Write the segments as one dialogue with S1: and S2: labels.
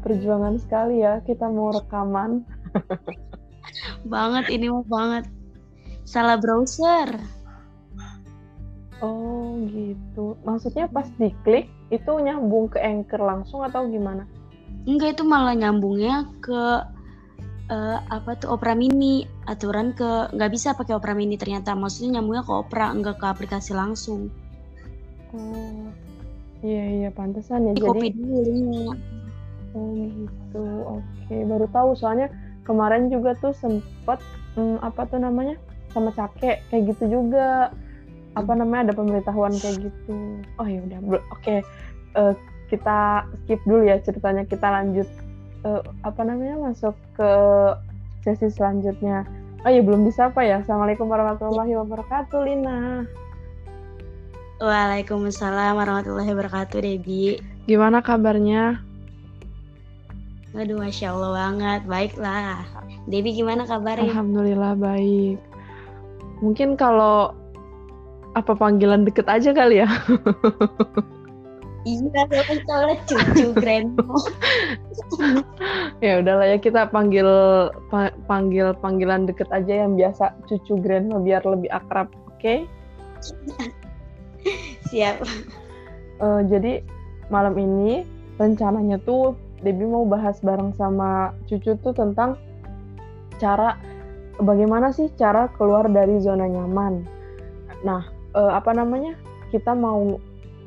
S1: perjuangan sekali ya kita mau rekaman.
S2: Banget, ini mah banget. Salah browser.
S1: Oh gitu. Maksudnya pas diklik itu nyambung ke Anchor langsung atau gimana?
S2: Enggak, itu malah nyambungnya ke Opera Mini. Aturan nggak bisa pakai Opera Mini ternyata. Maksudnya nyambungnya ke Opera, enggak ke aplikasi langsung.
S1: Oh iya pantesan ya.
S2: Ini
S1: Jadi
S2: copy dulu linknya.
S1: oh gitu. Oke, baru tahu soalnya kemarin juga tuh sempet apa tuh namanya sama Cake kayak gitu juga. Apa namanya ada pemberitahuan kayak gitu. Oh ya udah. Oke. Kita skip dulu ya ceritanya, kita lanjut masuk ke sesi selanjutnya. Oh ya belum disapa ya. Assalamualaikum warahmatullahi wabarakatuh, Lina.
S2: Waalaikumsalam warahmatullahi wabarakatuh, Debbie.
S1: Gimana kabarnya?
S2: Waduh, Masya Allah banget. Baiklah. Debbie gimana kabarnya?
S1: Alhamdulillah baik. Mungkin kalau apa panggilan deket aja kali ya?
S2: Iya, soalnya cucu grandma.
S1: Ya udahlah ya, kita panggilan deket aja yang biasa cucu grandma biar lebih akrab, oke?
S2: Siap.
S1: Jadi malam ini rencananya tuh Debbie mau bahas bareng sama cucu tuh tentang bagaimana sih cara keluar dari zona nyaman. Nah, kita mau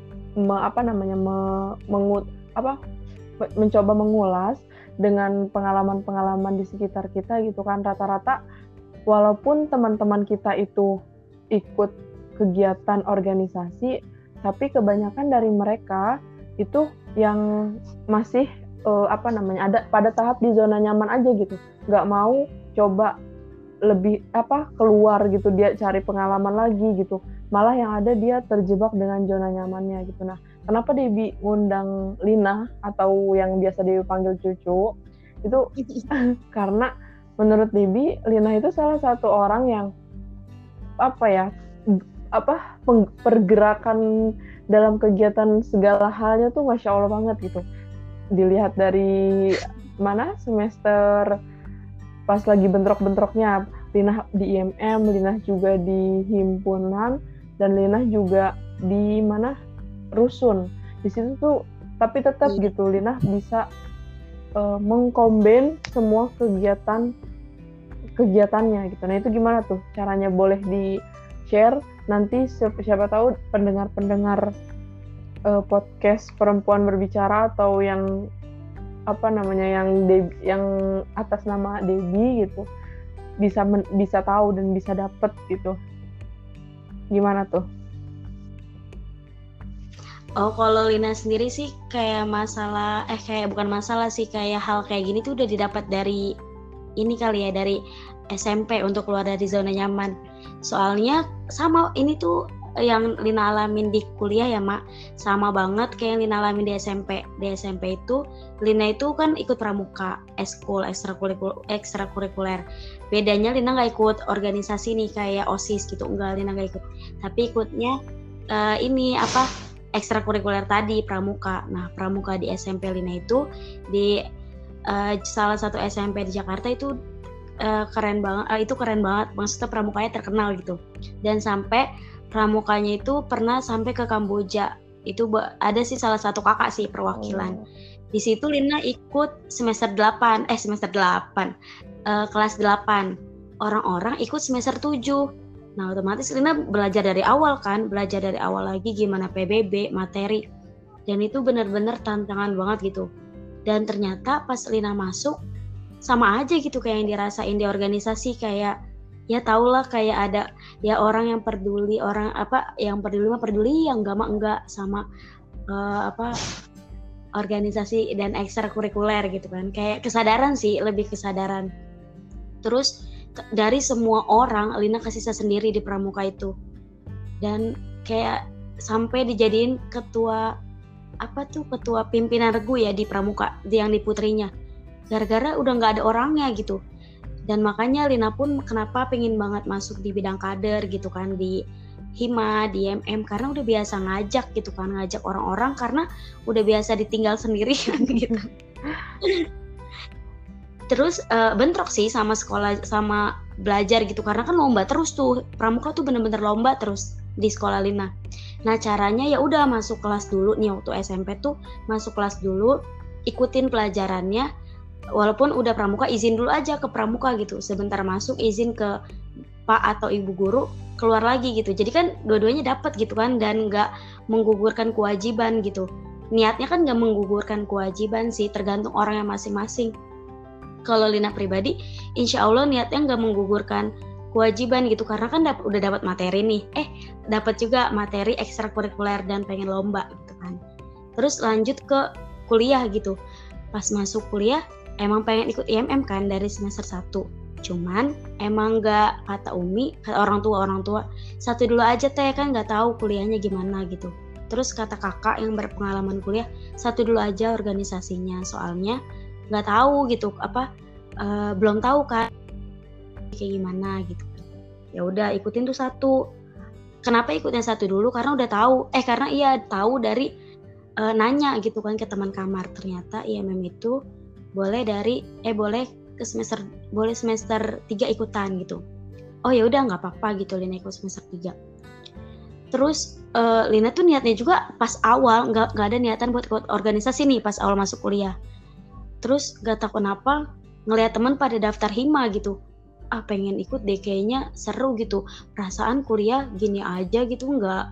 S1: mencoba mengulas dengan pengalaman-pengalaman di sekitar kita gitu kan. Rata-rata walaupun teman-teman kita itu ikut kegiatan organisasi, tapi kebanyakan dari mereka itu yang masih ada pada tahap di zona nyaman aja gitu, nggak mau coba lebih keluar gitu, dia cari pengalaman lagi gitu, malah yang ada dia terjebak dengan zona nyamannya gitu. Nah, kenapa Debbie ngundang Lina atau yang biasa Debbie panggil cucu itu karena menurut Debbie Lina itu salah satu orang yang pergerakan dalam kegiatan segala halnya tuh Masya Allah banget gitu. Dilihat dari semester pas lagi bentrok-bentroknya, Lina di IMM, Lina juga di himpunan, dan Lina juga di Rusun. Di situ tuh tapi tetap gitu Lina bisa mengkombin semua kegiatannya gitu. Nah, itu gimana tuh caranya, boleh di-share nanti siapa tahu pendengar podcast Perempuan Berbicara atau yang yang atas nama Debbie gitu bisa tahu dan bisa dapet gitu. Gimana tuh?
S2: Oh, kalau Lina sendiri sih kayak bukan masalah sih, kayak hal kayak gini tuh udah didapat dari ini kali ya, dari SMP untuk keluar dari zona nyaman. Soalnya sama ini tuh yang Lina alamin di kuliah ya, Mak. Sama banget kayak yang Lina alamin di SMP. Di SMP itu Lina itu kan ikut pramuka, eskul, ekstrakurikuler. Bedanya Lina nggak ikut organisasi nih kayak OSIS gitu, enggak, Lina nggak ikut. Tapi ikutnya ekstrakurikuler tadi, pramuka. Nah, pramuka di SMP Lina itu di salah satu SMP di Jakarta itu keren banget. Itu keren banget, maksudnya pramukanya terkenal gitu. Dan sampai pramukanya itu pernah sampai ke Kamboja. Itu ada sih salah satu kakak sih perwakilan. Di situ Lina ikut semester 8, kelas 8. Orang-orang ikut semester 7. Nah, otomatis Lina belajar dari awal lagi gimana PBB, materi. Dan itu benar-benar tantangan banget gitu. Dan ternyata pas Lina masuk sama aja gitu kayak yang dirasain di organisasi, kayak ya tau lah kayak ada ya orang yang peduli, yang peduli yang enggak sama organisasi dan ekstrakurikuler gitu kan. Kayak kesadaran sih, lebih kesadaran. Terus dari semua orang Lina kesisa sendiri di pramuka itu, dan kayak sampai dijadiin ketua pimpinan regu ya di pramuka, yang di putrinya, gara-gara udah nggak ada orangnya gitu. Dan makanya Lina pun kenapa pengen banget masuk di bidang kader gitu kan, di Hima, di MM, karena udah biasa ngajak gitu kan, ngajak orang-orang karena udah biasa ditinggal sendirian gitu. Terus bentrok sih sama sekolah, sama belajar gitu, karena kan lomba terus tuh, pramuka tuh bener-bener lomba terus di sekolah Lina. Nah caranya ya udah masuk kelas dulu nih, waktu SMP tuh masuk kelas dulu, ikutin pelajarannya, walaupun udah pramuka izin dulu aja ke pramuka gitu, sebentar masuk izin ke pak atau ibu guru, keluar lagi gitu. Jadi kan dua-duanya dapat gitu kan, dan nggak menggugurkan kewajiban gitu. Niatnya kan nggak menggugurkan kewajiban sih, tergantung orangnya masing-masing. Kalau Lina pribadi, insya Allah niatnya nggak menggugurkan kewajiban gitu, karena kan udah dapat materi nih, dapat juga materi ekstrakurikuler dan pengen lomba gitu kan. Terus lanjut ke kuliah gitu. Pas masuk kuliah, emang pengen ikut IMM kan dari semester 1. Cuman emang nggak, kata Umi, kata orang tua, satu dulu aja teh, kan nggak tahu kuliahnya gimana gitu. Terus kata kakak yang berpengalaman kuliah, satu dulu aja organisasinya, soalnya nggak tahu gitu belum tahu kan kayak gimana gitu. Ya udah ikutin tuh satu. Kenapa ikutnya satu dulu? Karena udah tahu, karena tahu dari nanya gitu kan ke teman kamar, ternyata IMM itu boleh semester 3 ikutan gitu. Oh ya udah nggak apa-apa gitu, Lina ikut semester 3. Terus Lina tuh niatnya juga pas awal nggak ada niatan buat ikut organisasi nih pas awal masuk kuliah. Terus gak tahu kenapa ngelihat teman pada daftar hima gitu, pengen ikut deh, kayaknya seru gitu, perasaan kuliah gini aja gitu, nggak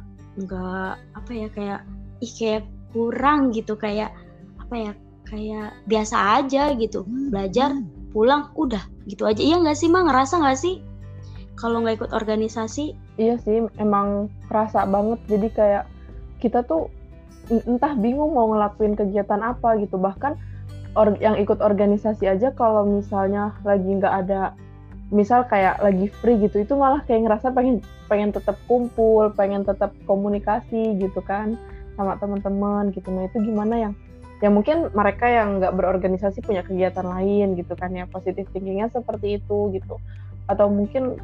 S2: kayak kurang gitu, kayak biasa aja gitu, belajar pulang udah gitu aja. Iya nggak sih Ma, ngerasa nggak sih kalau nggak ikut organisasi?
S1: Iya sih, emang kerasa banget. Jadi kayak kita tuh entah bingung mau ngelakuin kegiatan apa gitu. Bahkan yang ikut organisasi aja kalau misalnya lagi nggak ada, misal kayak lagi free gitu, itu malah kayak ngerasa pengen tetap kumpul, pengen tetap komunikasi gitu kan sama teman-teman gitu. Nah itu gimana yang mungkin mereka yang nggak berorganisasi punya kegiatan lain gitu kan ya, positive thinkingnya seperti itu gitu. Atau mungkin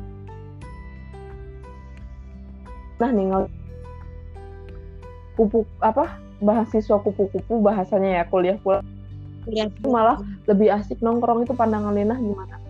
S1: mahasiswa kupu-kupu bahasanya ya, kuliah pulang itu malah lebih asik nongkrong. Itu pandangan Lina gimana?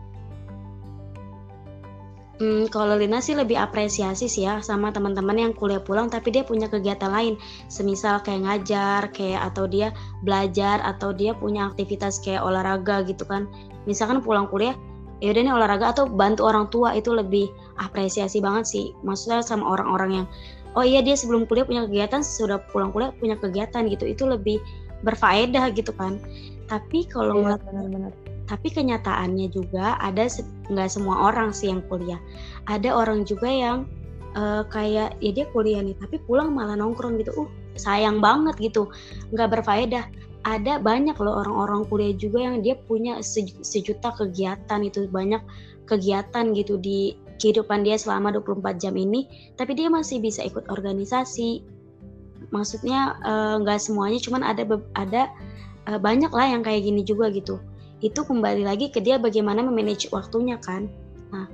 S2: Kalau Lina sih lebih apresiasi sih ya sama teman-teman yang kuliah pulang tapi dia punya kegiatan lain, semisal kayak ngajar, atau dia belajar, atau dia punya aktivitas kayak olahraga gitu kan. Misalkan pulang kuliah, ya udah nih olahraga atau bantu orang tua, itu lebih apresiasi banget sih. Maksudnya sama orang-orang yang dia sebelum kuliah punya kegiatan, sudah pulang kuliah punya kegiatan gitu, itu lebih berfaedah gitu kan. Tapi kalau
S1: benar-benar.
S2: Tapi kenyataannya juga ada, nggak semua orang sih yang kuliah. Ada orang juga yang kayak ya dia kuliah nih tapi pulang malah nongkrong gitu. Sayang banget gitu, nggak berfaedah. Ada banyak loh orang-orang kuliah juga yang dia punya sejuta kegiatan, itu banyak kegiatan gitu di kehidupan dia selama 24 jam ini, tapi dia masih bisa ikut organisasi. Maksudnya nggak semuanya, cuman ada banyak lah yang kayak gini juga gitu. Itu kembali lagi ke dia bagaimana memanage waktunya kan. Nah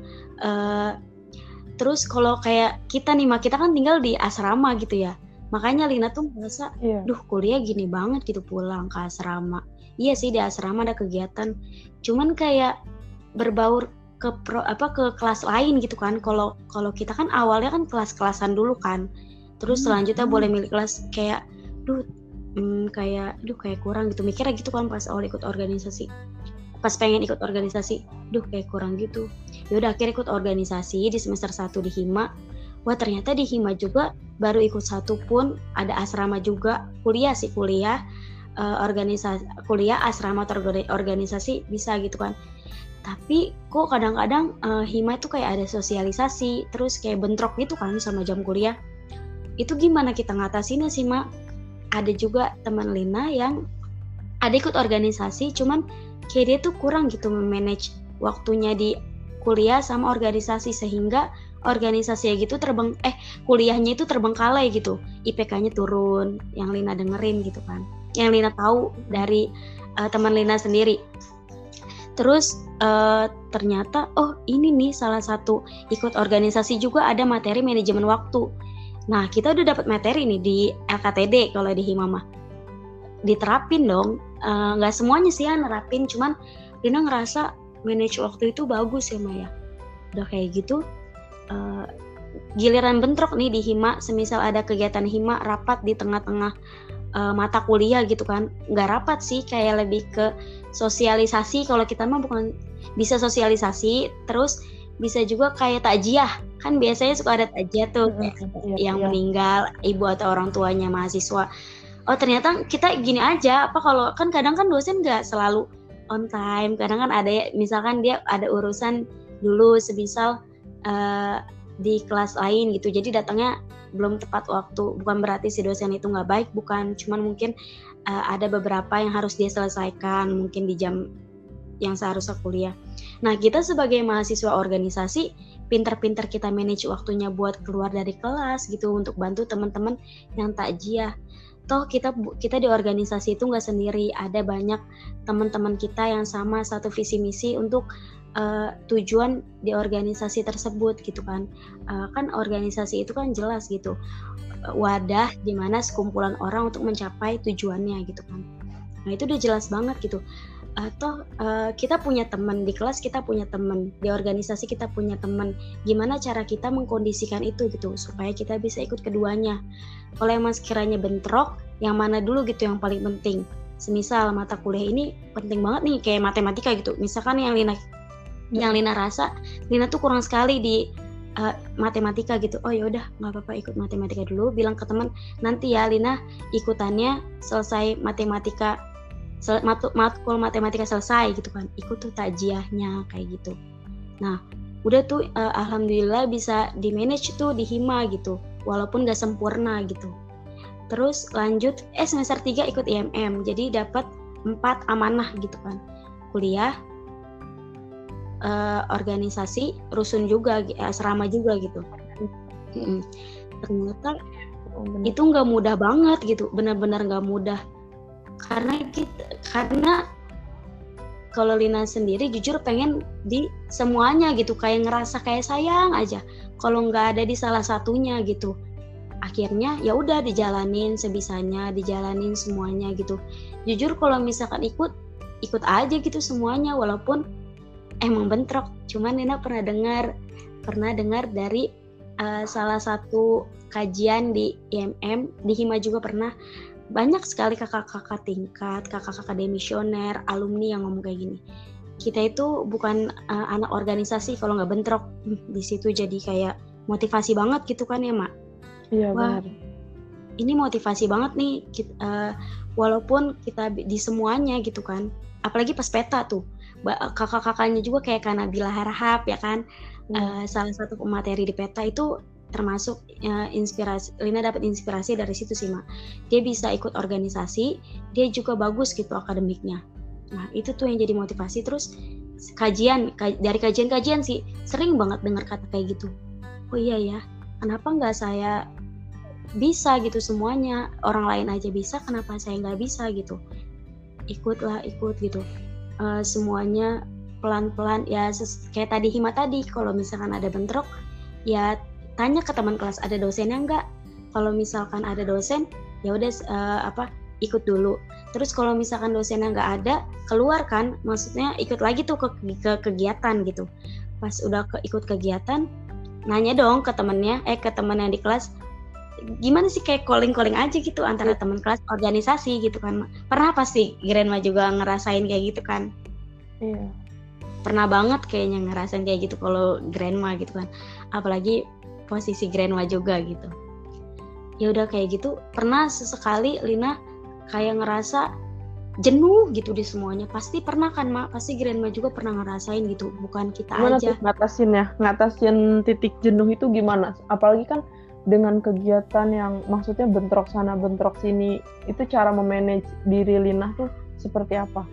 S2: terus kalau kayak kita nih, kita kan tinggal di asrama gitu ya, makanya Lina tuh merasa kuliah gini banget gitu pulang ke asrama. Iya sih, di asrama ada kegiatan, cuman kayak berbaur ke kelas lain gitu kan. Kalau kita kan awalnya kan kelas-kelasan dulu kan, terus selanjutnya boleh milih kelas, kayak kayak kurang gitu, mikirnya gitu kan pas awal ikut organisasi. Pas pengen ikut organisasi, kayak kurang gitu. Ya udah akhirnya ikut organisasi di semester 1 di Hima. Wah ternyata di Hima juga baru ikut 1 pun ada asrama juga, kuliah organisasi, kuliah asrama atau organisasi bisa gitu kan. Tapi kok kadang-kadang Hima itu kayak ada sosialisasi, terus kayak bentrok gitu kan sama jam kuliah. Itu gimana kita ngatasinnya sih Ma? Ada juga teman Lina yang ada ikut organisasi, cuman kayak dia tuh kurang gitu memanage waktunya di kuliah sama organisasi, sehingga organisasinya gitu kuliahnya itu terbengkalai gitu, IPK-nya turun, yang Lina dengerin gitu kan, yang Lina tahu dari teman Lina sendiri. Terus ternyata ini nih salah satu ikut organisasi juga ada materi manajemen waktu. Nah kita udah dapat materi nih di LKTD kalau di Himama, diterapin dong nggak semuanya sih ya nerapin, cuman Lina ngerasa manage waktu itu bagus ya Maya. Udah kayak gitu, giliran bentrok nih di hima, semisal ada kegiatan hima rapat di tengah-tengah mata kuliah gitu kan, nggak rapat sih, kayak lebih ke sosialisasi. Kalau kita mah bukan, bisa sosialisasi, terus bisa juga kayak takjiah, kan biasanya suka ada takjiah tuh yang meninggal ibu atau orang tuanya mahasiswa. Oh ternyata kita gini aja, apa kalau kan kadang kan dosen nggak selalu on time, kadang kan ada ya, misalkan dia ada urusan dulu semisal di kelas lain gitu, jadi datangnya belum tepat waktu. Bukan berarti si dosen itu nggak baik, bukan, cuman mungkin ada beberapa yang harus dia selesaikan mungkin di jam yang seharusnya kuliah. Nah kita sebagai mahasiswa organisasi, pinter-pinter kita manage waktunya buat keluar dari kelas gitu, untuk bantu teman-teman yang takjiah. Toh kita di organisasi itu nggak sendiri, ada banyak teman-teman kita yang sama satu visi misi untuk tujuan di organisasi tersebut gitu kan. Kan organisasi itu kan jelas gitu, wadah dimana sekumpulan orang untuk mencapai tujuannya gitu kan. Nah itu udah jelas banget gitu. Kita punya teman di kelas, kita punya teman di organisasi, kita punya teman. Gimana cara kita mengkondisikan itu gitu supaya kita bisa ikut keduanya. Kalau emang sekiranya bentrok, yang mana dulu gitu yang paling penting. Semisal mata kuliah ini penting banget nih kayak matematika gitu. Misalkan yang Lina rasa Lina tuh kurang sekali di matematika gitu. Oh ya udah nggak apa-apa, ikut matematika dulu. Bilang ke teman, nanti ya Lina ikutannya selesai matematika, matkul matematika selesai gitu kan, ikut tuh takjiahnya kayak gitu. Nah udah tuh alhamdulillah bisa di manage tuh di hima gitu, walaupun gak sempurna gitu. Terus lanjut semester 3 ikut IMM, jadi dapat 4 amanah gitu kan, kuliah, organisasi, rusun juga, asrama juga gitu. Ternyata itu nggak mudah banget gitu, benar-benar nggak mudah. Karena kalau Lina sendiri jujur pengen di semuanya gitu, kayak ngerasa kayak sayang aja kalau nggak ada di salah satunya gitu. Akhirnya ya udah dijalanin sebisanya, dijalanin semuanya gitu. Jujur kalau misalkan ikut aja gitu semuanya, walaupun emang bentrok. Cuman Lina pernah dengar dari salah satu kajian di IMM, di hima juga pernah. Banyak sekali kakak-kakak tingkat, kakak-kakak demisioner, alumni yang ngomong kayak gini. Kita itu bukan anak organisasi kalau nggak bentrok. Di situ jadi kayak motivasi banget gitu kan ya Mak?
S1: Iya
S2: wah
S1: benar.
S2: Ini motivasi banget nih, walaupun kita di semuanya gitu kan. Apalagi pas peta tuh, kakak-kakaknya juga kayak Kanabila Harahap ya kan. Salah satu pemateri di peta itu termasuk inspirasi. Lina dapat inspirasi dari situ sih Mak. Dia bisa ikut organisasi, dia juga bagus gitu akademiknya. Nah itu tuh yang jadi motivasi. Terus dari kajian sih sering banget dengar kata kayak gitu. Oh iya ya, kenapa nggak saya bisa gitu semuanya, orang lain aja bisa, kenapa saya nggak bisa gitu. Ikut gitu. Semuanya pelan-pelan ya, kayak tadi hima tadi, kalau misalkan ada bentrok ya tanya ke teman kelas ada dosennya nggak. Kalau misalkan ada dosen ya udah ikut dulu. Terus kalau misalkan dosennya nggak ada, keluar kan, maksudnya ikut lagi tuh ke kegiatan gitu. Pas udah ikut kegiatan, nanya dong ke temennya, ke temen yang di kelas, gimana sih, kayak calling aja gitu antara teman kelas organisasi gitu kan. Pernah pasti Grenma juga ngerasain kayak gitu kan?
S1: Iya.
S2: Pernah banget kayaknya ngerasain kayak gitu kalau Grenma gitu kan. Apalagi posisi Grenma juga gitu. Ya udah kayak gitu, pernah sesekali Lina kayak ngerasa jenuh gitu di semuanya. Pasti pernah kan Mak? Pasti Grenma juga pernah ngerasain gitu, bukan kita
S1: gimana
S2: aja.
S1: Ngatasin titik jenuh itu gimana? Apalagi kan dengan kegiatan yang maksudnya bentrok sana bentrok sini, itu cara memanage diri Lina tuh seperti apa?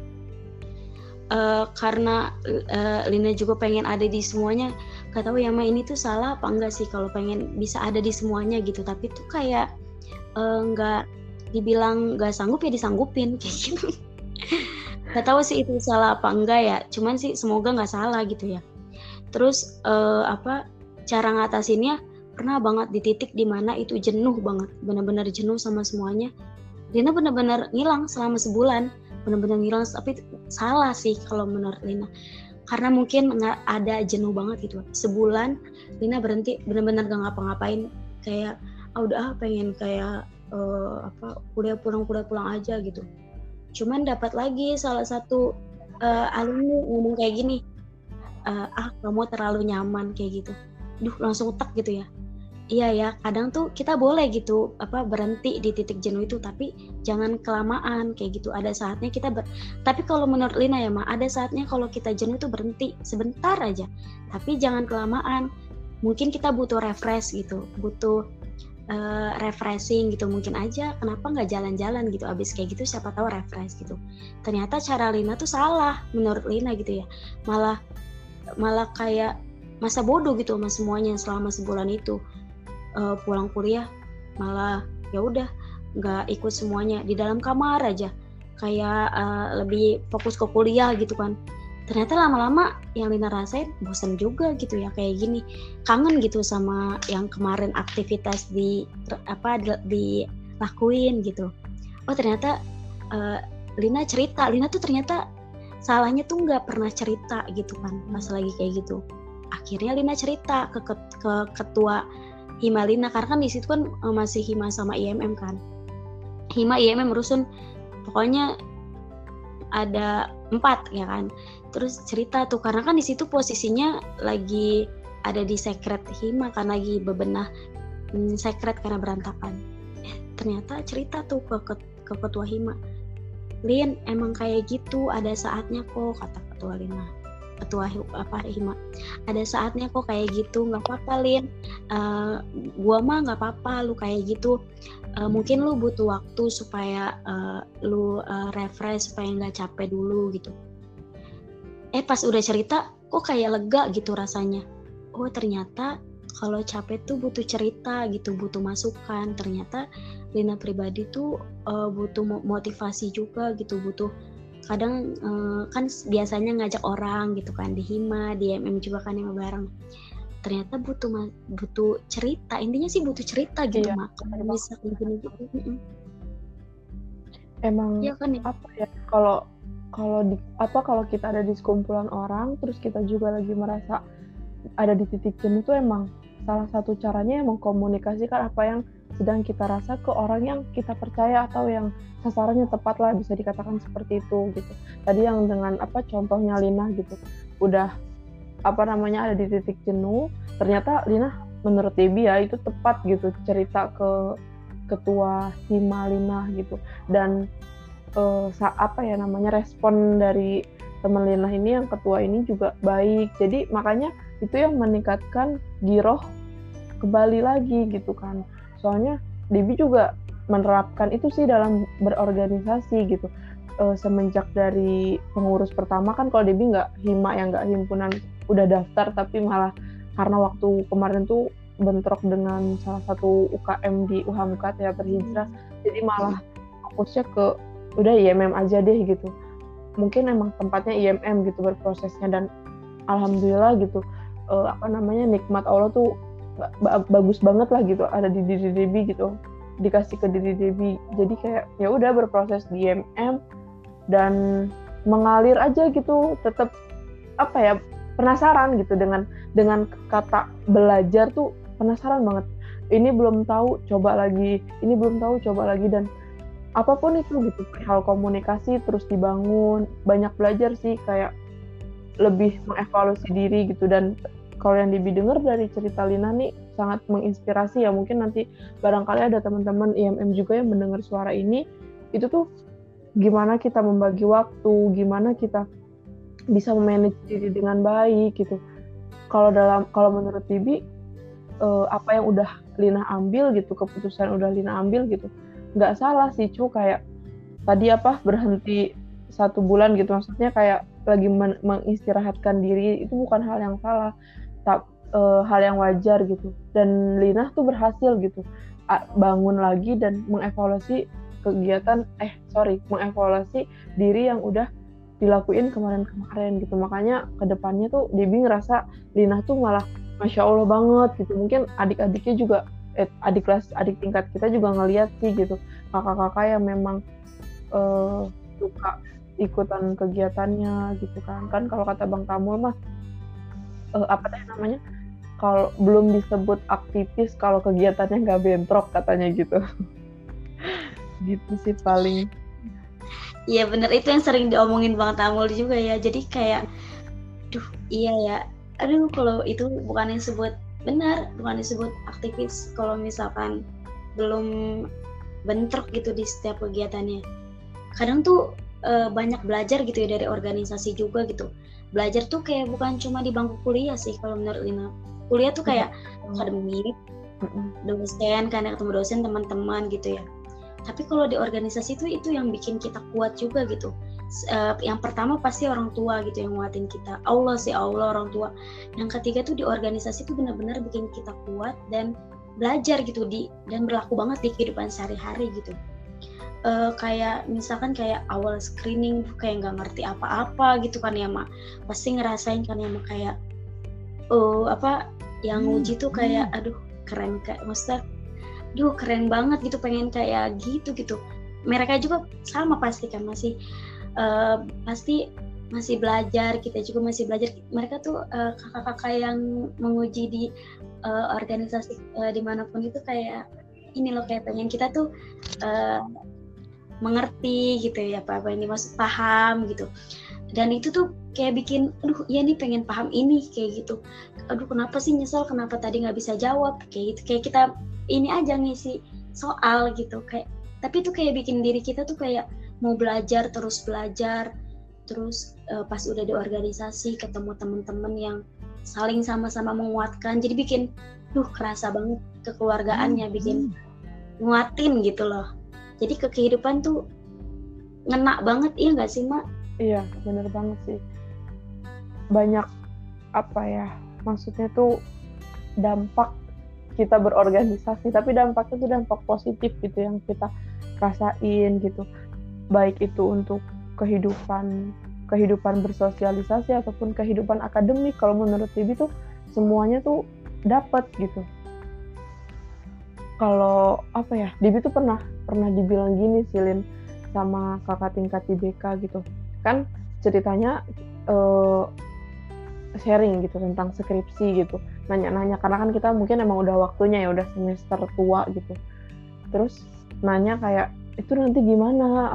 S2: Karena Lina juga pengen ada di semuanya. Gak tahu ya Ma, ini tuh salah apa enggak sih kalau pengen bisa ada di semuanya gitu, tapi tuh kayak nggak dibilang nggak sanggup ya disanggupin kayak gitu. Gak tahu sih itu salah apa enggak ya, cuman sih semoga nggak salah gitu ya. Terus cara ngatasinnya, pernah banget di titik dimana itu jenuh banget, benar-benar jenuh sama semuanya. Lina benar-benar ngilang selama sebulan, benar-benar ngilang, tapi salah sih kalau menurut Lina, karena mungkin nggak ada jenuh banget gitu. Sebulan Lina berhenti benar-benar gak ngapa-ngapain, kayak udah pengen kayak kuliah pulang aja gitu. Cuman dapat lagi salah satu alumni ngomong kayak gini, kamu terlalu nyaman kayak gitu. Langsung tak gitu ya. Iya ya, kadang tuh kita boleh gitu berhenti di titik jenuh itu, tapi jangan kelamaan kayak gitu. Ada saatnya kita tapi kalau menurut Lina ya ada saatnya kalau kita jenuh tuh berhenti sebentar aja, tapi jangan kelamaan. Mungkin kita butuh refresh gitu, butuh refreshing gitu, mungkin aja kenapa nggak jalan-jalan gitu abis kayak gitu, siapa tahu refresh gitu. Ternyata cara Lina tuh salah menurut Lina gitu ya, malah kayak masa bodoh gitu sama semuanya selama sebulan itu. Pulang kuliah malah ya udah nggak ikut semuanya, di dalam kamar aja kayak lebih fokus ke kuliah gitu kan. Ternyata lama-lama yang Lina rasain bosan juga gitu ya kayak gini, kangen gitu sama yang kemarin aktivitas dilakuin gitu. Ternyata Lina tuh ternyata salahnya tuh nggak pernah cerita gitu kan pas lagi kayak gitu. Akhirnya Lina cerita ke ketua Hima Lina, karena kan di situ kan masih Hima sama IMM kan. Hima IMM rusun pokoknya ada 4 ya kan. Terus cerita tuh, karena kan di situ posisinya lagi ada di sekret Hima kan, lagi bebenah sekret karena berantakan. Ternyata cerita tuh ke ketua Hima, Lin emang kayak gitu, ada saatnya kok, kata ketua Hima, ada saatnya kok kayak gitu, nggak apa-apa Lin, gua mah nggak apa-apa lu kayak gitu, mungkin lu butuh waktu supaya lu refresh, supaya nggak capek dulu gitu. Pas udah cerita kok kayak lega gitu rasanya. Ternyata kalau capek tuh butuh cerita gitu, butuh masukan. Ternyata Lina pribadi tuh butuh motivasi juga gitu, butuh kadang kan biasanya ngajak orang gitu kan di Hima, di MM juga kan yang bareng. Ternyata butuh cerita, intinya sih butuh cerita gitu, Mak. Bisa kayak gini gitu.
S1: Emang ya kan, apa ya, kalau kita ada di sekumpulan orang terus kita juga lagi merasa ada di titik jenuh tuh, emang salah satu caranya emang komunikasikan apa yang sedang kita rasa ke orang yang kita percaya atau yang sasarannya tepat lah, bisa dikatakan seperti itu gitu. Tadi yang dengan contohnya Lina gitu, udah ada di titik jenuh, ternyata Lina menurut Debbie ya itu tepat gitu cerita ke ketua Hima Lina gitu. Dan respon dari teman Lina ini, yang ketua ini juga baik, jadi makanya itu yang meningkatkan giroh kembali lagi gitu kan. Soalnya Debbie juga menerapkan itu sih dalam berorganisasi gitu. Semenjak dari pengurus pertama kan, kalau Debbie nggak Hima yang nggak himpunan udah daftar, tapi malah karena waktu kemarin tuh bentrok dengan salah satu UKM di UHAMKA Teater Hijrah, jadi malah fokusnya ke udah IMM aja deh gitu. Mungkin emang tempatnya IMM gitu berprosesnya, dan alhamdulillah gitu nikmat Allah tuh bagus banget lah gitu ada di diri Debbie gitu, dikasih ke diri Debbie. Jadi kayak ya udah berproses di IMM dan mengalir aja gitu, tetap penasaran gitu dengan kata belajar tuh, penasaran banget. Ini belum tahu, coba lagi. Ini belum tahu, coba lagi. Dan apapun itu gitu, hal komunikasi terus dibangun, banyak belajar sih, kayak lebih mengevaluasi diri gitu. Dan kalau yang didengar dari cerita Lina nih sangat menginspirasi ya. Mungkin nanti barangkali ada teman-teman IMM juga yang mendengar suara ini, itu tuh gimana kita membagi waktu, gimana kita bisa memanage diri dengan baik gitu. Kalau menurut Bibi, apa yang udah Lina ambil gitu, keputusan udah Lina ambil gitu, nggak salah sih. Cuma kayak tadi berhenti 1 bulan gitu, maksudnya kayak lagi mengistirahatkan diri, itu bukan hal yang salah, hal yang wajar gitu. Dan Lina tuh berhasil gitu bangun lagi dan mengevaluasi mengevaluasi diri yang udah dilakuin kemarin gitu. Makanya kedepannya tuh Debbie ngerasa Lina tuh malah Masya Allah banget gitu. Mungkin adik-adiknya juga adik tingkat kita juga ngeliat sih gitu, kakak-kakak yang memang suka ikutan kegiatannya gitu kan. Kan kalau kata Bang Tamul mah apa teh namanya? Kalau belum disebut aktivis kalau kegiatannya nggak bentrok katanya gitu. Gitu sih paling.
S2: Iya bener, itu yang sering diomongin Bang Tamul juga ya. Jadi kayak, duh iya ya, aduh kalau itu bukan disebut benar, bukan disebut aktivis kalau misalkan belum bentrok gitu di setiap kegiatannya. Kadang tuh banyak belajar gitu ya dari organisasi juga gitu. Belajar tuh kayak bukan cuma di bangku kuliah sih kalau menurut Lina. Kuliah tuh kayak akademik, dosen, karena ketemu dosen, teman-teman gitu ya. Tapi kalau di organisasi itu yang bikin kita kuat juga gitu. Yang pertama pasti orang tua gitu yang nguatin kita. Allah orang tua. Yang ketiga tuh di organisasi tuh benar-benar bikin kita kuat dan belajar gitu dan berlaku banget di kehidupan sehari-hari gitu. Kayak misalkan kayak awal screening kayak nggak ngerti apa-apa gitu kan ya Mak. Pasti ngerasain kan ya Mak kayak yang nguji tuh kayak aduh keren, kayak maksudnya keren banget gitu, pengen kayak gitu. Mereka juga sama pasti kan pasti masih belajar, kita juga masih belajar. Mereka tuh kakak-kakak yang menguji di organisasi dimanapun itu kayak ini loh, kayak pengen kita tuh mengerti gitu ya apa yang dimaksud, paham gitu. Dan itu tuh kayak bikin aduh iya nih pengen paham ini kayak gitu. Aduh kenapa sih nyesel, kenapa tadi nggak bisa jawab kayak gitu. Kayak kita ini aja ngisi soal gitu, kayak tapi itu kayak bikin diri kita tuh kayak mau belajar terus pas udah di organisasi ketemu teman-teman yang saling sama-sama menguatkan, jadi bikin kerasa banget kekeluargaannya, bikin nguatin gitu loh. Jadi ke kehidupan tuh ngena banget, iya nggak sih Mak?
S1: Iya bener banget sih. Banyak maksudnya tuh dampak kita berorganisasi, tapi dampaknya tuh dampak positif gitu yang kita rasain gitu, baik itu untuk kehidupan bersosialisasi ataupun kehidupan akademik. Kalau menurut Bibi tuh semuanya tuh dapat gitu. Kalau Bibi tuh pernah dibilang gini sih Lin sama kakak tingkat di BK gitu kan, ceritanya sharing gitu tentang skripsi gitu, nanya-nanya karena kan kita mungkin emang udah waktunya ya, udah semester tua gitu. Terus nanya kayak itu nanti gimana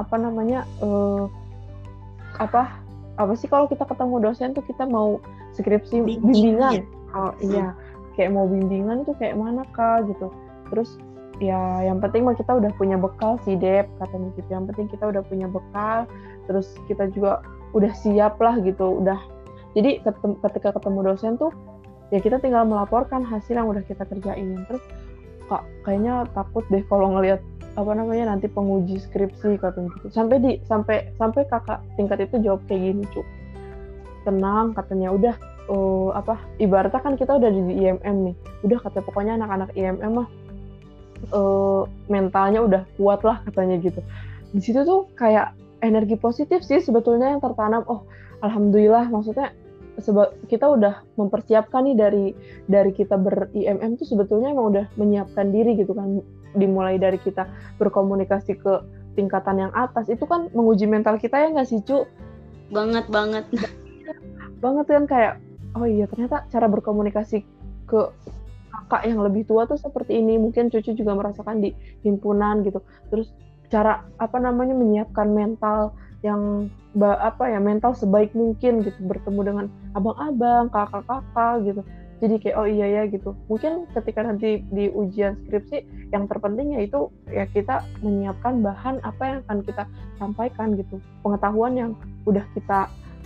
S1: apa sih kalau kita ketemu dosen tuh kita mau skripsi bimbingan. Oh iya, kayak mau bimbingan tuh kayak mana Kak gitu. Terus ya yang penting mah kita udah punya bekal sih Dep katanya gitu. Yang penting kita udah punya bekal, terus kita juga udah siap lah gitu, udah. Jadi ketika ketemu dosen tuh ya kita tinggal melaporkan hasil yang udah kita kerjain. Terus Kak kayaknya takut deh kalau ngelihat nanti penguji skripsi katanya gitu. Sampai kakak tingkat itu jawab kayak gini, Cuk. Tenang katanya, udah ibaratnya kan kita udah di IMM nih. Udah katanya pokoknya anak-anak IMM mah mentalnya udah kuat lah katanya gitu. Di situ tuh kayak energi positif sih sebetulnya yang tertanam. Oh, alhamdulillah, maksudnya kita udah mempersiapkan nih dari kita ber-IMM tuh sebetulnya emang udah menyiapkan diri gitu kan. Dimulai dari kita berkomunikasi ke tingkatan yang atas, itu kan menguji mental kita ya nggak sih, Cu?
S2: Banget banget
S1: kan, kayak oh iya ternyata cara berkomunikasi ke kakak yang lebih tua tuh seperti ini. Mungkin Cucu juga merasakan di himpunan gitu. Terus cara menyiapkan mental yang mental sebaik mungkin gitu, bertemu dengan abang-abang, kakak-kakak gitu. Jadi kayak oh iya ya gitu. Mungkin ketika nanti di ujian skripsi yang terpenting yaitu ya kita menyiapkan bahan apa yang akan kita sampaikan gitu. Pengetahuan yang udah kita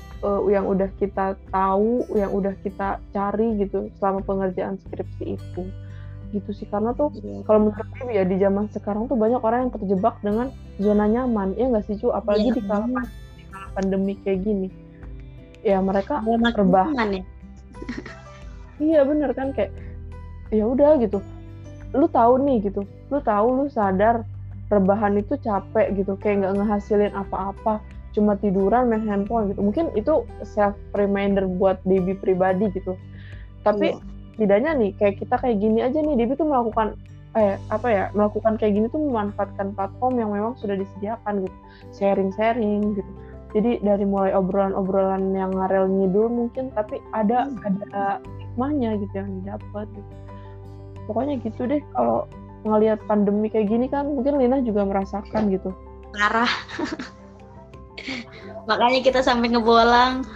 S1: tahu, yang udah kita cari gitu selama pengerjaan skripsi itu. Gitu sih, karena tuh kalau menurut Bibi ya di zaman sekarang tuh banyak orang yang terjebak dengan zona nyaman, ya nggak sih Cu? Apalagi di kala pandemi kayak gini. Ya mereka rebahan.
S2: Ya?
S1: Iya bener kan, kayak ya udah gitu. Lu tahu nih gitu, lu sadar rebahan itu capek gitu, kayak nggak ngehasilin apa-apa, cuma tiduran main handphone gitu. Mungkin itu self reminder buat Debbie pribadi gitu. Tapi setidaknya nih kayak kita kayak gini aja nih, Debbie tuh melakukan kayak gini tuh memanfaatkan platform yang memang sudah disediakan gitu, sharing gitu. Jadi dari mulai obrolan-obrolan yang ngarel ngidul mungkin, tapi ada hikmahnya gitu yang didapat gitu. Pokoknya gitu deh, kalau ngelihat pandemi kayak gini kan mungkin Lina juga merasakan gitu.
S2: Parah. Makanya kita sampai ngebolang.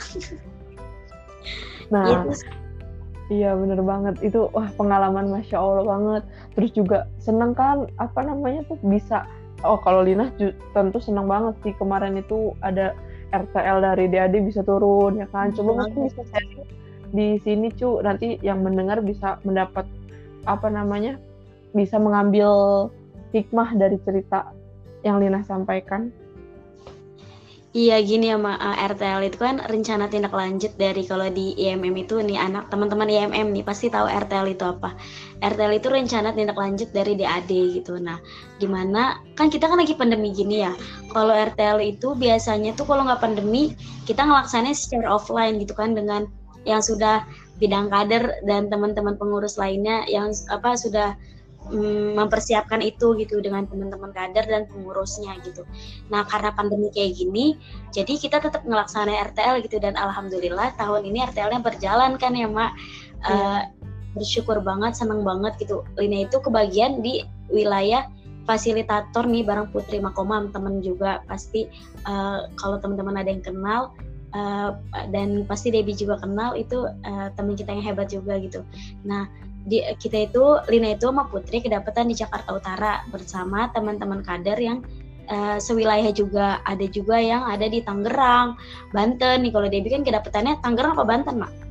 S1: Nah,
S2: Gitu.
S1: iya bener banget. Itu wah pengalaman Masya Allah banget. Terus juga seneng kan, apa namanya tuh bisa, kalau Lina tentu seneng banget sih kemarin itu ada RTL dari DAD bisa turun ya kan. Coba mungkin bisa sharing di sini Cu, nanti yang mendengar bisa mendapat apa namanya, bisa mengambil hikmah dari cerita yang Lina sampaikan.
S2: Iya gini ya RTL itu kan rencana tindak lanjut dari kalau di IMM itu nih, anak teman-teman IMM nih pasti tahu RTL itu apa. RTL itu rencana tindak lanjut dari DAD gitu. Nah, dimana kan kita kan lagi pandemi gini ya. Kalau RTL itu biasanya tuh kalau nggak pandemi kita ngelaksanain secara offline gitu kan, dengan yang sudah bidang kader dan teman-teman pengurus lainnya yang sudah mempersiapkan itu gitu dengan teman-teman kader dan pengurusnya gitu. Nah karena pandemi kayak gini, jadi kita tetap ngelaksanain RTL gitu, dan alhamdulillah tahun ini RTL-nya berjalan kan ya Mak. Bersyukur banget, seneng banget gitu. Lina itu kebagian di wilayah fasilitator nih bareng Putri Makomam, temen juga pasti kalau teman-teman ada yang kenal. Dan pasti Debbie juga kenal, itu teman kita yang hebat juga gitu. Nah Lina itu sama Putri kedapatan di Jakarta Utara bersama teman-teman kader yang sewilayah juga. Ada juga yang ada di Tangerang, Banten nih. Kalau Debbie kan kedapatannya Tangerang apa Banten, Mak?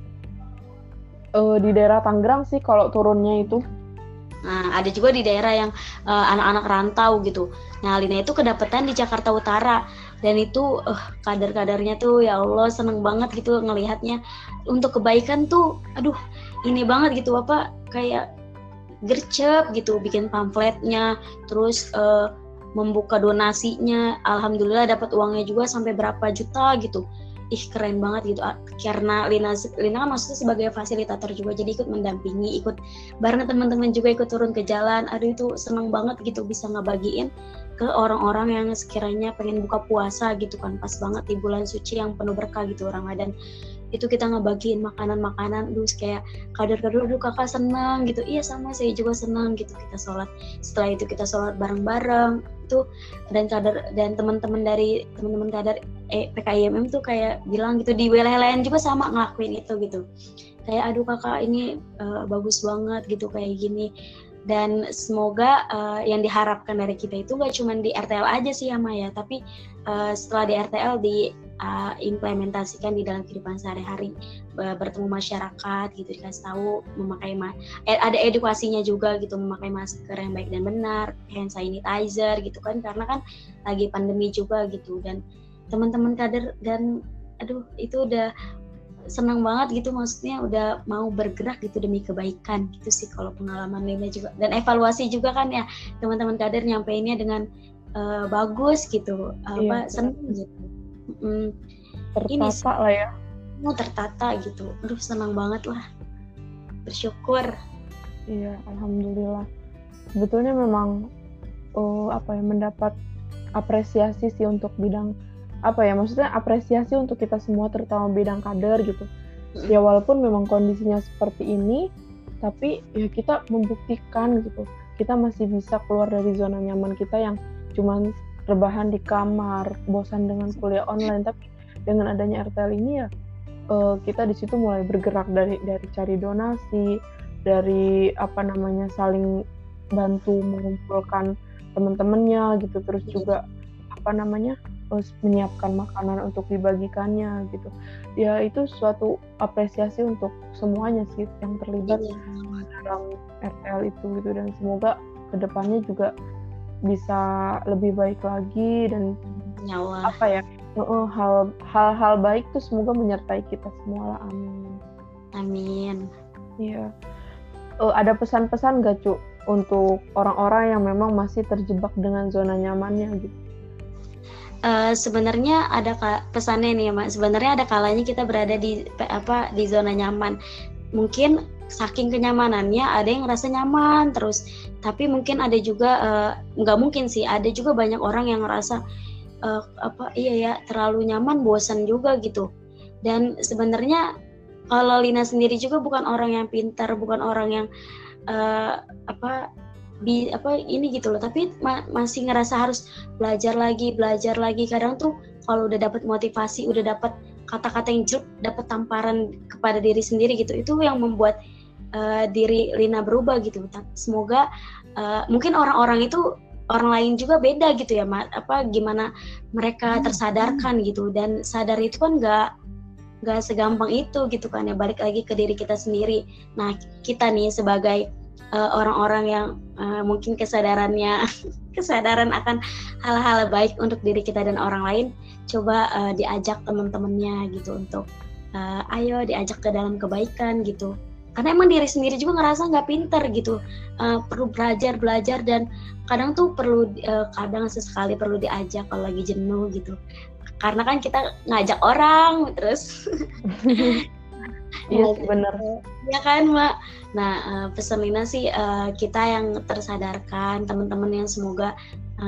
S1: Di daerah Tangerang sih kalau turunnya itu.
S2: Nah, ada juga di daerah yang anak-anak rantau gitu. Nah, Lina itu kedapatan di Jakarta Utara, dan itu kader-kadernya tuh ya Allah seneng banget gitu ngelihatnya. Untuk kebaikan tuh, aduh ini banget gitu, kayak gercep gitu, bikin pamfletnya, terus membuka donasinya. Alhamdulillah dapat uangnya juga sampai berapa juta gitu. Keren banget gitu, karena Lina kan maksudnya sebagai fasilitator juga, jadi ikut mendampingi, ikut bareng teman-teman juga ikut turun ke jalan. Aduh itu seneng banget gitu bisa ngebagiin ke orang-orang yang sekiranya pengen buka puasa gitu kan, pas banget di bulan suci yang penuh berkah gitu Ramadan. Itu kita ngebagiin makanan-makanan, terus kayak kader-kader, aduh kakak senang gitu. Iya sama, saya juga senang gitu. Kita sholat, setelah itu kita sholat bareng-bareng itu, dan kader dan teman-teman kader PKIMM tuh kayak bilang gitu, di wilayah lain juga sama ngelakuin itu gitu, kayak aduh kakak ini bagus banget gitu kayak gini. Dan semoga yang diharapkan dari kita itu gak cuma di RTL aja sih ya Maya, tapi setelah di RTL diimplementasikan di dalam kehidupan sehari-hari, bertemu masyarakat gitu, dikasih tahu memakai ada edukasinya juga gitu, memakai masker yang baik dan benar, hand sanitizer gitu kan, karena kan lagi pandemi juga gitu. Dan teman-teman kader, dan aduh itu udah senang banget gitu, maksudnya udah mau bergerak gitu demi kebaikan gitu sih kalau pengalaman Lina juga. Dan evaluasi juga kan ya, teman-teman kader nyampeinnya dengan bagus gitu, senang gitu.
S1: Tertata lah ya.
S2: Tertata gitu, aduh senang banget lah, bersyukur.
S1: Iya, alhamdulillah. Sebetulnya memang mendapat apresiasi sih untuk bidang maksudnya apresiasi untuk kita semua, terutama bidang kader gitu. Ya walaupun memang kondisinya seperti ini, tapi ya kita membuktikan gitu, kita masih bisa keluar dari zona nyaman kita yang cuman rebahan di kamar, bosan dengan kuliah online. Tapi dengan adanya RTL ini ya kita di situ mulai bergerak dari cari donasi, dari saling bantu mengumpulkan teman-temannya gitu, terus juga menyiapkan makanan untuk dibagikannya gitu. Ya itu suatu apresiasi untuk semuanya sih yang terlibat dalam RTL itu gitu, dan semoga kedepannya juga bisa lebih baik lagi, dan
S2: nyawa
S1: hal-hal baik tuh semoga menyertai kita semua lah, amin.
S2: Amin.
S1: Iya. Ada pesan-pesan gak Cu untuk orang-orang yang memang masih terjebak dengan zona nyamannya gitu?
S2: Sebenarnya ada pesannya nih Mak. Sebenarnya ada kalanya kita berada di zona nyaman. Mungkin saking kenyamanannya ada yang ngerasa nyaman terus, tapi mungkin ada juga nggak mungkin sih, ada juga banyak orang yang ngerasa iya ya, terlalu nyaman, bosan juga gitu. Dan sebenarnya kalau Lina sendiri juga bukan orang yang pintar, bukan orang yang ini gitu loh, tapi masih ngerasa harus belajar lagi. Kadang tuh kalau udah dapat motivasi, udah dapat kata-kata yang jelek, dapat tamparan kepada diri sendiri gitu, itu yang membuat diri Lina berubah gitu. Semoga mungkin orang-orang itu, orang lain juga beda gitu ya, gimana mereka tersadarkan gitu. Dan sadar itu kan nggak segampang itu gitu kan ya, balik lagi ke diri kita sendiri. Nah, kita nih sebagai orang-orang yang mungkin kesadaran akan hal-hal baik untuk diri kita dan orang lain, coba diajak teman-temannya gitu untuk ayo diajak ke dalam kebaikan gitu. Karena emang diri sendiri juga ngerasa nggak pinter gitu, perlu belajar dan kadang tuh kadang sesekali perlu diajak kalau lagi jenuh gitu. Karena kan kita ngajak orang terus.
S1: Iya benar.
S2: Ya kan Mbak. Nah pesan Lina sih, kita yang tersadarkan, teman-teman yang semoga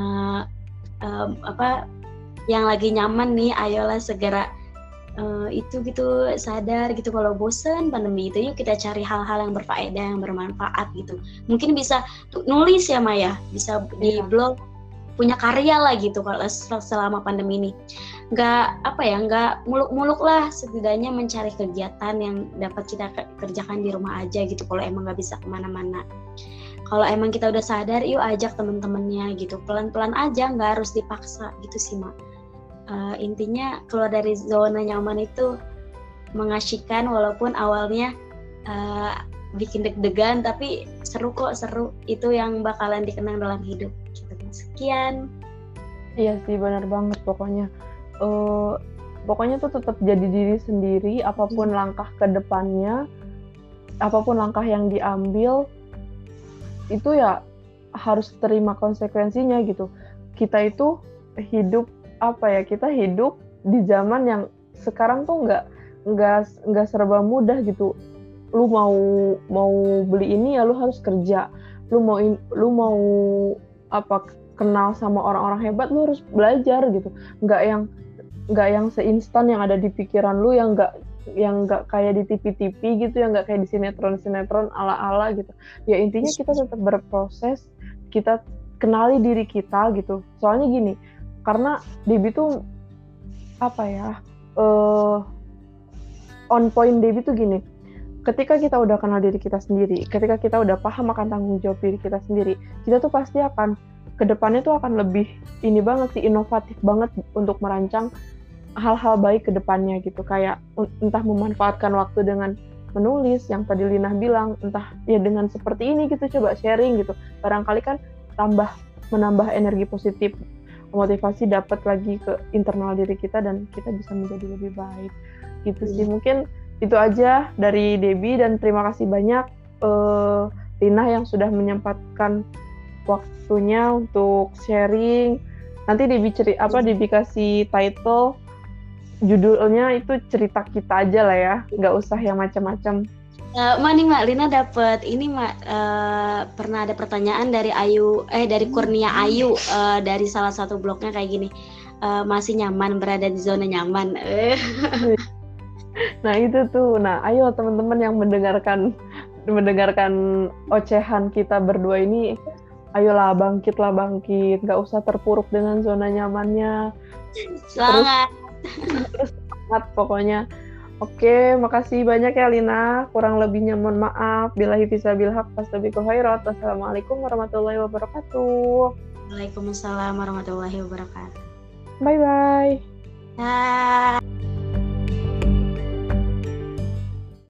S2: yang lagi nyaman nih, ayolah segera itu gitu, sadar gitu. Kalau bosen pandemi itu, yuk kita cari hal-hal yang berfaedah, yang bermanfaat gitu. Mungkin bisa nulis ya Maya, bisa di blog, punya karya lah gitu kalau selama pandemi ini. Nggak muluk-muluk lah, setidaknya mencari kegiatan yang dapat kita kerjakan di rumah aja gitu, kalau emang nggak bisa kemana-mana. Kalau emang kita udah sadar, yuk ajak teman-temannya gitu, pelan-pelan aja, nggak harus dipaksa gitu sih Mak. Intinya keluar dari zona nyaman itu mengasyikkan, walaupun awalnya bikin deg-degan, tapi seru itu yang bakalan dikenang dalam hidup gitu. Sekian.
S1: Iya sih, benar banget. Pokoknya tuh tetap jadi diri sendiri, apapun langkah ke depannya, apapun langkah yang diambil itu ya harus terima konsekuensinya gitu. Kita itu hidup di zaman yang sekarang tuh nggak serba mudah gitu. Lu mau beli ini ya lu harus kerja. Lu mau kenal sama orang-orang hebat, lu harus belajar gitu. Nggak yang seinstan yang ada di pikiran lu, yang nggak kayak di TV-TV gitu, yang nggak kayak di sinetron ala-ala gitu. Ya intinya kita tetap berproses, kita kenali diri kita gitu. Soalnya gini, karena Debbie tuh on point Debbie tuh gini, ketika kita udah kenal diri kita sendiri, ketika kita udah paham akan tanggung jawab diri kita sendiri, kita tuh pasti akan kedepannya tuh akan lebih inovatif banget untuk merancang hal-hal baik kedepannya gitu. Kayak entah memanfaatkan waktu dengan menulis yang tadi Lina bilang, entah ya dengan seperti ini gitu, coba sharing gitu, barangkali kan menambah energi positif, motivasi dapat lagi ke internal diri kita, dan kita bisa menjadi lebih baik gitu sih. Mungkin itu aja dari Debbie, dan terima kasih banyak Lina yang sudah menyempatkan waktunya untuk sharing. Nanti Debbie kasih title, judulnya itu cerita kita aja lah ya, nggak usah yang macam-macam.
S2: Mak Lina dapat ini pernah ada pertanyaan dari Kurnia Ayu, dari salah satu blognya kayak gini, masih nyaman berada di zona nyaman.
S1: Nah itu tuh, ayo teman-teman yang mendengarkan ocehan kita berdua ini, ayolah bangkit, nggak usah terpuruk dengan zona nyamannya.
S2: Semangat.
S1: Terus semangat pokoknya. Oke, makasih banyak ya Lina. Kurang lebihnya mohon maaf. Billahi fissabil haq, fastabiqul khairat. Wassalamualaikum warahmatullahi wabarakatuh.
S2: Waalaikumsalam warahmatullahi wabarakatuh.
S1: Bye-bye.
S2: Bye.